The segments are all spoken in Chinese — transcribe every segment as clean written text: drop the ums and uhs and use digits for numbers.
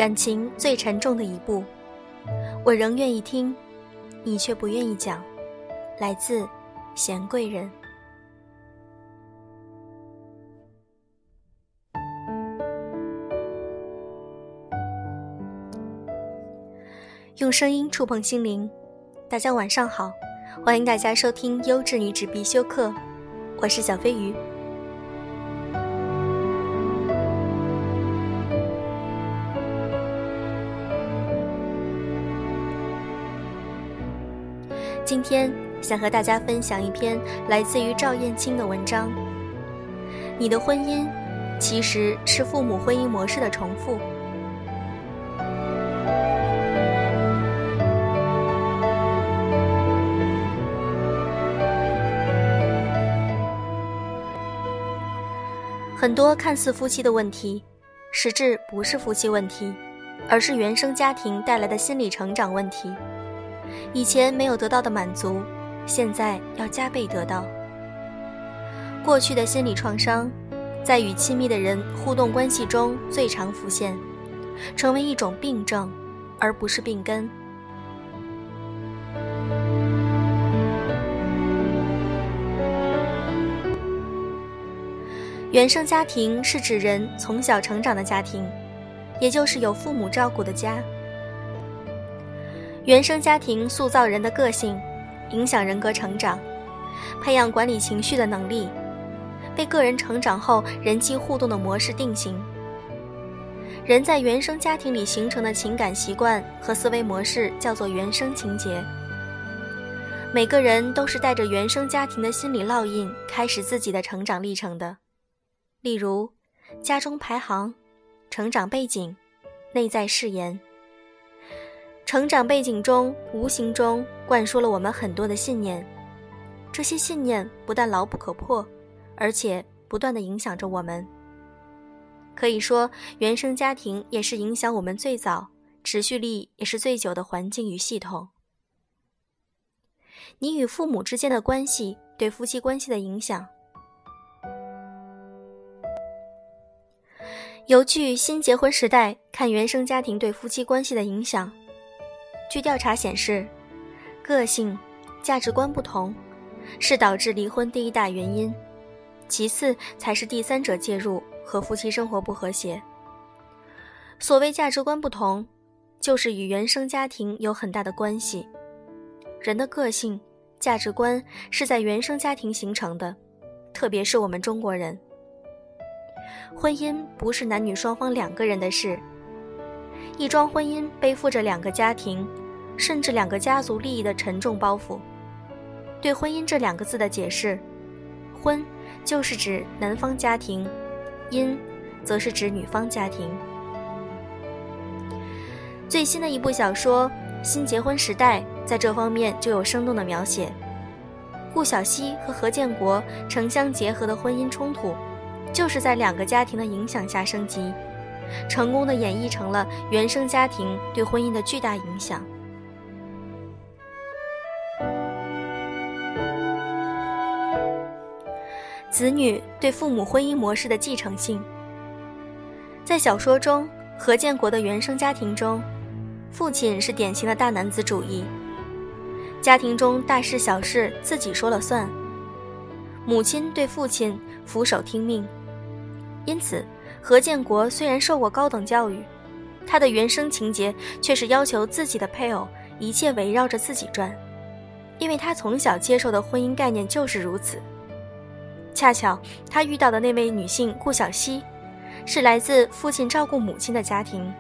感情最沉重的一步，我仍愿意听，你却不愿意讲。来自贤贵人。用声音触碰心灵，大家晚上好，欢迎大家收听优质女子必修课，我是小飞鱼。今天想和大家分享一篇来自于赵燕青的文章。你的婚姻其实是父母婚姻模式的重复。很多看似夫妻的问题，实质不是夫妻问题，而是原生家庭带来的心理成长问题。以前没有得到的满足，现在要加倍得到。过去的心理创伤，在与亲密的人互动关系中最常浮现，成为一种病症，而不是病根。原生家庭是指人从小成长的家庭，也就是有父母照顾的家。原生家庭塑造人的个性，影响人格成长，培养管理情绪的能力，被个人成长后人际互动的模式定型。人在原生家庭里形成的情感习惯和思维模式叫做原生情结。每个人都是带着原生家庭的心理烙印开始自己的成长历程的，例如家中排行、成长背景、内在誓言。成长背景中无形中灌输了我们很多的信念，这些信念不但牢不可破，而且不断地影响着我们。可以说，原生家庭也是影响我们最早、持续力也是最久的环境与系统。你与父母之间的关系对夫妻关系的影响。由剧《新结婚时代》看原生家庭对夫妻关系的影响。据调查显示，个性、价值观不同是导致离婚第一大原因，其次才是第三者介入和夫妻生活不和谐。所谓价值观不同，就是与原生家庭有很大的关系。人的个性、价值观是在原生家庭形成的，特别是我们中国人。婚姻不是男女双方两个人的事，一桩婚姻背负着两个家庭，甚至两个家族利益的沉重包袱。对婚姻这两个字的解释，婚就是指男方家庭，姻则是指女方家庭。最新的一部小说《新结婚时代》在这方面就有生动的描写。顾晓溪和何建国城乡结合的婚姻冲突，就是在两个家庭的影响下升级，成功地演绎成了原生家庭对婚姻的巨大影响。子女对父母婚姻模式的继承性。在小说中，何建国的原生家庭中，父亲是典型的大男子主义，家庭中大事小事自己说了算，母亲对父亲俯首听命。因此，何建国虽然受过高等教育，他的原生情节却是要求自己的配偶一切围绕着自己转，因为他从小接受的婚姻概念就是如此。恰巧他遇到的那位女性顾晓溪，是来自父亲照顾母亲的家庭，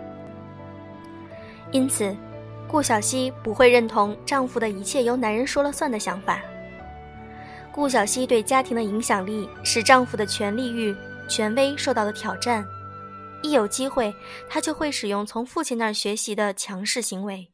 因此顾晓溪不会认同丈夫的一切由男人说了算的想法。顾晓溪对家庭的影响力使丈夫的权力欲、权威受到了挑战，一有机会她就会使用从父亲那儿学习的强势行为。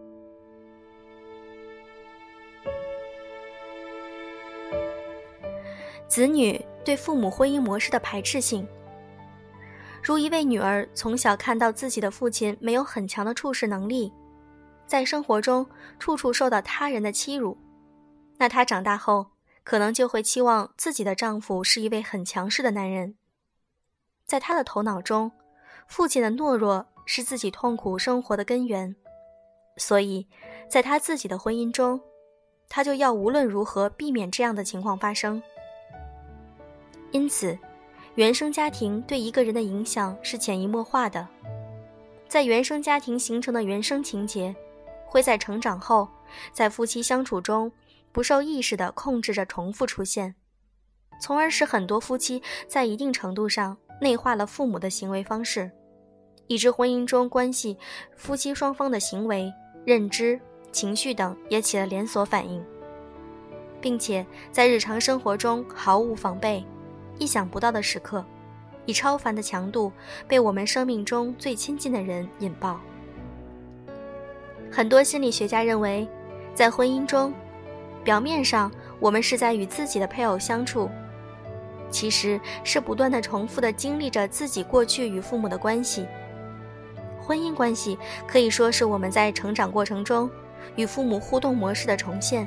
子女对父母婚姻模式的排斥性。如一位女儿从小看到自己的父亲没有很强的处事能力，在生活中处处受到他人的欺辱，那她长大后可能就会期望自己的丈夫是一位很强势的男人。在她的头脑中，父亲的懦弱是自己痛苦生活的根源，所以在他自己的婚姻中，他就要无论如何避免这样的情况发生。因此，原生家庭对一个人的影响是潜移默化的。在原生家庭形成的原生情节，会在成长后，在夫妻相处中不受意识地控制着重复出现，从而使很多夫妻在一定程度上内化了父母的行为方式，以致婚姻中关系夫妻双方的行为、认知、情绪等也起了连锁反应，并且在日常生活中毫无防备，意想不到的时刻，以超凡的强度被我们生命中最亲近的人引爆。很多心理学家认为，在婚姻中，表面上我们是在与自己的配偶相处，其实是不断地重复地经历着自己过去与父母的关系。婚姻关系可以说是我们在成长过程中与父母互动模式的重现。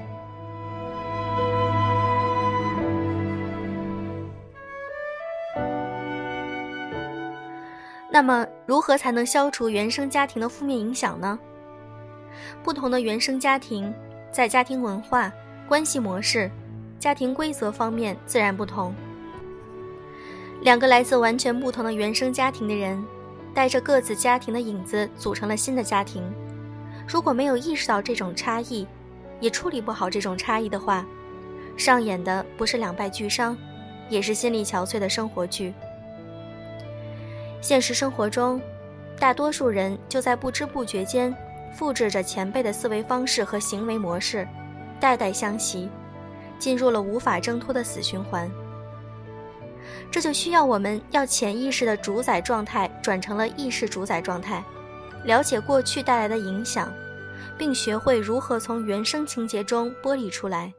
那么，如何才能消除原生家庭的负面影响呢？不同的原生家庭在家庭文化、关系模式、家庭规则方面自然不同。两个来自完全不同的原生家庭的人，带着各自家庭的影子组成了新的家庭。如果没有意识到这种差异，也处理不好这种差异的话，上演的不是两败俱伤，也是心力憔悴的生活剧。现实生活中，大多数人就在不知不觉间复制着前辈的思维方式和行为模式，代代相袭，进入了无法挣脱的死循环。这就需要我们要潜意识的主宰状态转成了意识主宰状态，了解过去带来的影响，并学会如何从原生情节中剥离出来。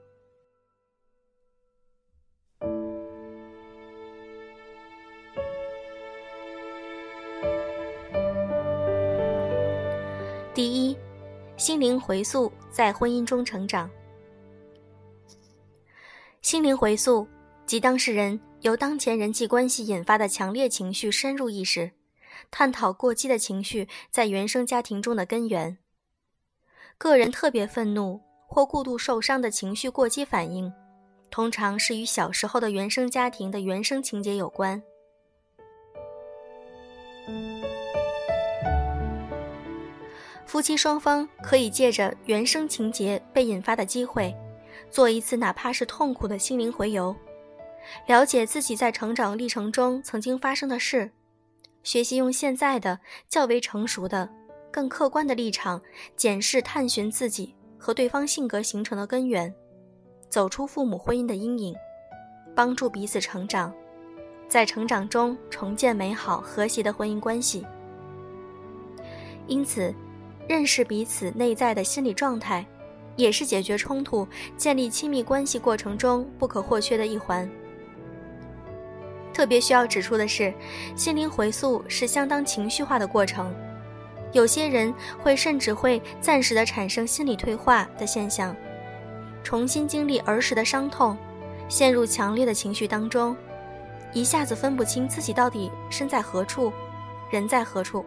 第一，心灵回溯在婚姻中成长。心灵回溯即当事人由当前人际关系引发的强烈情绪深入意识，探讨过激的情绪在原生家庭中的根源。个人特别愤怒或过度受伤的情绪过激反应，通常是与小时候的原生家庭的原生情节有关。夫妻双方可以借着原生情节被引发的机会，做一次哪怕是痛苦的心灵回游，了解自己在成长历程中曾经发生的事，学习用现在的较为成熟的、更客观的立场检视探寻自己和对方性格形成的根源，走出父母婚姻的阴影，帮助彼此成长，在成长中重建美好和谐的婚姻关系。因此，认识彼此内在的心理状态，也是解决冲突、建立亲密关系过程中不可或缺的一环。特别需要指出的是，心灵回溯是相当情绪化的过程，有些人甚至会暂时地产生心理退化的现象，重新经历儿时的伤痛，陷入强烈的情绪当中，一下子分不清自己到底身在何处，人在何处。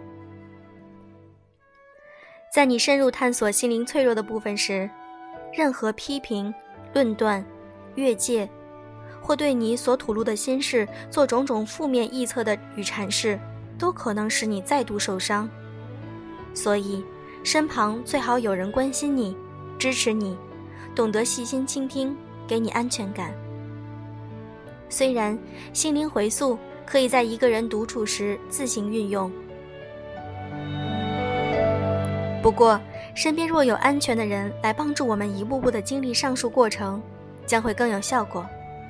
在你深入探索心灵脆弱的部分时，任何批评、论断、越界，或对你所吐露的心事做种种负面臆测的与阐释，都可能使你再度受伤。所以，身旁最好有人关心你、支持你，懂得细心倾听，给你安全感。虽然心灵回溯可以在一个人独处时自行运用，不过，身边若有安全的人来帮助我们一步步地经历上述过程，将会更有效果。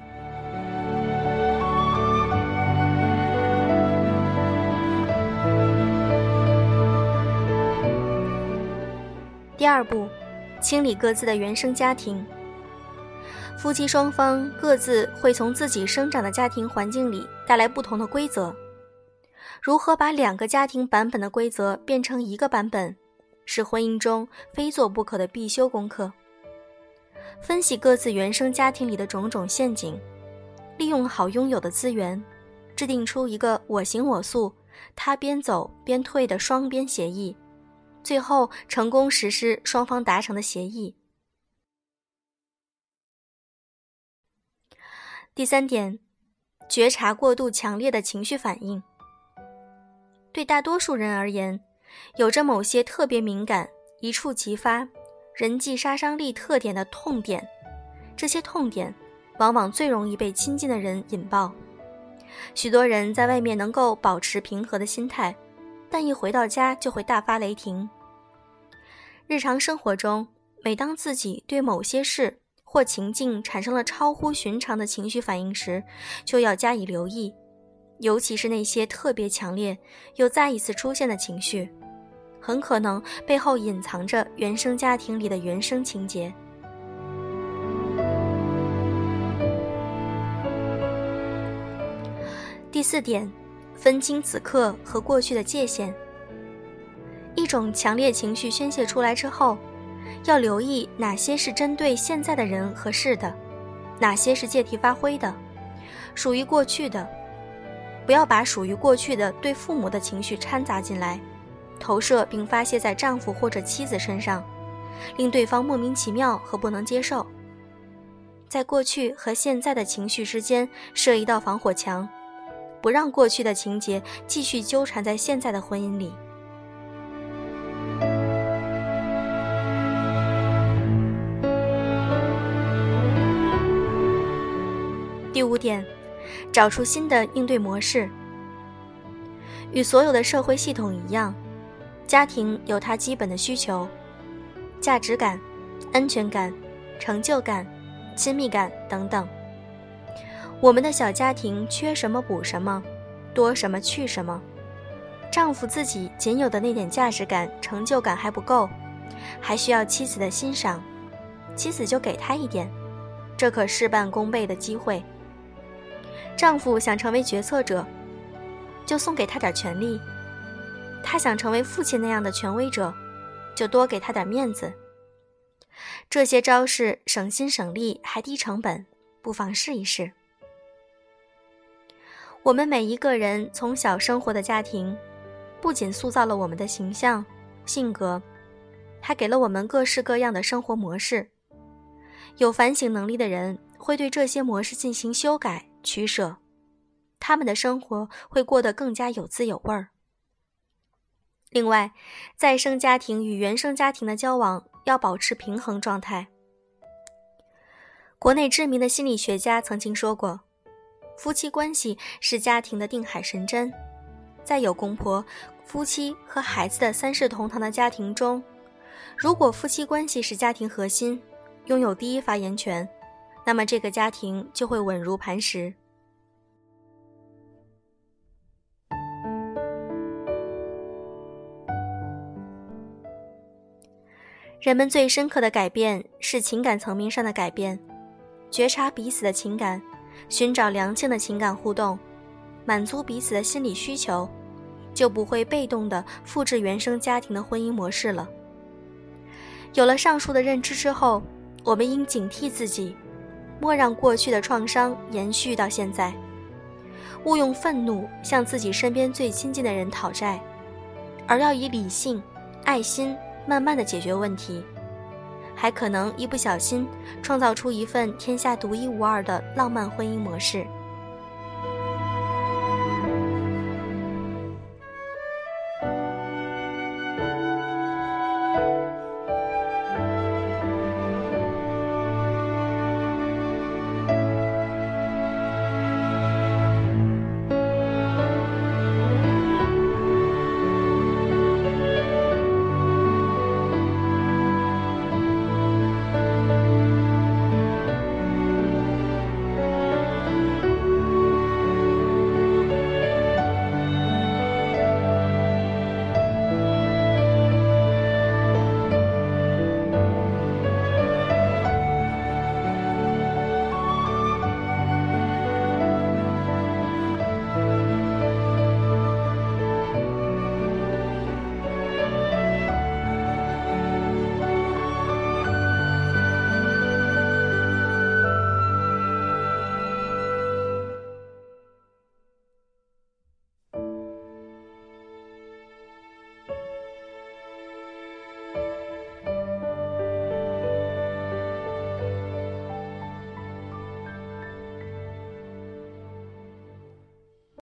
第二步，清理各自的原生家庭。夫妻双方各自会从自己生长的家庭环境里带来不同的规则，如何把两个家庭版本的规则变成一个版本，是婚姻中非做不可的必修功课。分析各自原生家庭里的种种陷阱，利用好拥有的资源，制定出一个我行我素、 他边走边退的双边协议，最后成功实施双方达成的协议。第3点，觉察过度强烈的情绪反应。对大多数人而言，有着某些特别敏感、一触即发、人际杀伤力特点的痛点，这些痛点往往最容易被亲近的人引爆。许多人在外面能够保持平和的心态，但一回到家就会大发雷霆。日常生活中，每当自己对某些事或情境产生了超乎寻常的情绪反应时，就要加以留意，尤其是那些特别强烈又再一次出现的情绪，很可能背后隐藏着原生家庭里的原生情节。第4点，分清此刻和过去的界限。一种强烈情绪宣泄出来之后，要留意哪些是针对现在的人和事的，哪些是借题发挥的，属于过去的。不要把属于过去的对父母的情绪掺杂进来，投射并发泄在丈夫或者妻子身上，令对方莫名其妙和不能接受。在过去和现在的情绪之间设一道防火墙，不让过去的情节继续纠缠在现在的婚姻里。第5点，找出新的应对模式。与所有的社会系统一样，家庭有它基本的需求，价值感、安全感、成就感、亲密感等等。我们的小家庭缺什么补什么，多什么去什么。丈夫自己仅有的那点价值感、成就感还不够，还需要妻子的欣赏，妻子就给他一点，这可事半功倍的机会。丈夫想成为决策者，就送给他点权利；他想成为父亲那样的权威者，就多给他点面子。这些招式省心省力还低成本，不妨试一试。我们每一个人从小生活的家庭，不仅塑造了我们的形象、性格，还给了我们各式各样的生活模式。有反省能力的人会对这些模式进行修改、取舍，他们的生活会过得更加有滋有味儿。另外，再生家庭与原生家庭的交往要保持平衡状态。国内知名的心理学家曾经说过，夫妻关系是家庭的定海神针。在有公婆、夫妻和孩子的3世同堂的家庭中，如果夫妻关系是家庭核心，拥有第一发言权，那么这个家庭就会稳如磐石。人们最深刻的改变是情感层面上的改变，觉察彼此的情感，寻找良性的情感互动，满足彼此的心理需求，就不会被动地复制原生家庭的婚姻模式了。有了上述的认知之后，我们应警惕自己，莫让过去的创伤延续到现在，勿用愤怒向自己身边最亲近的人讨债，而要以理性、爱心慢慢地解决问题，还可能一不小心创造出一份天下独一无二的浪漫婚姻模式。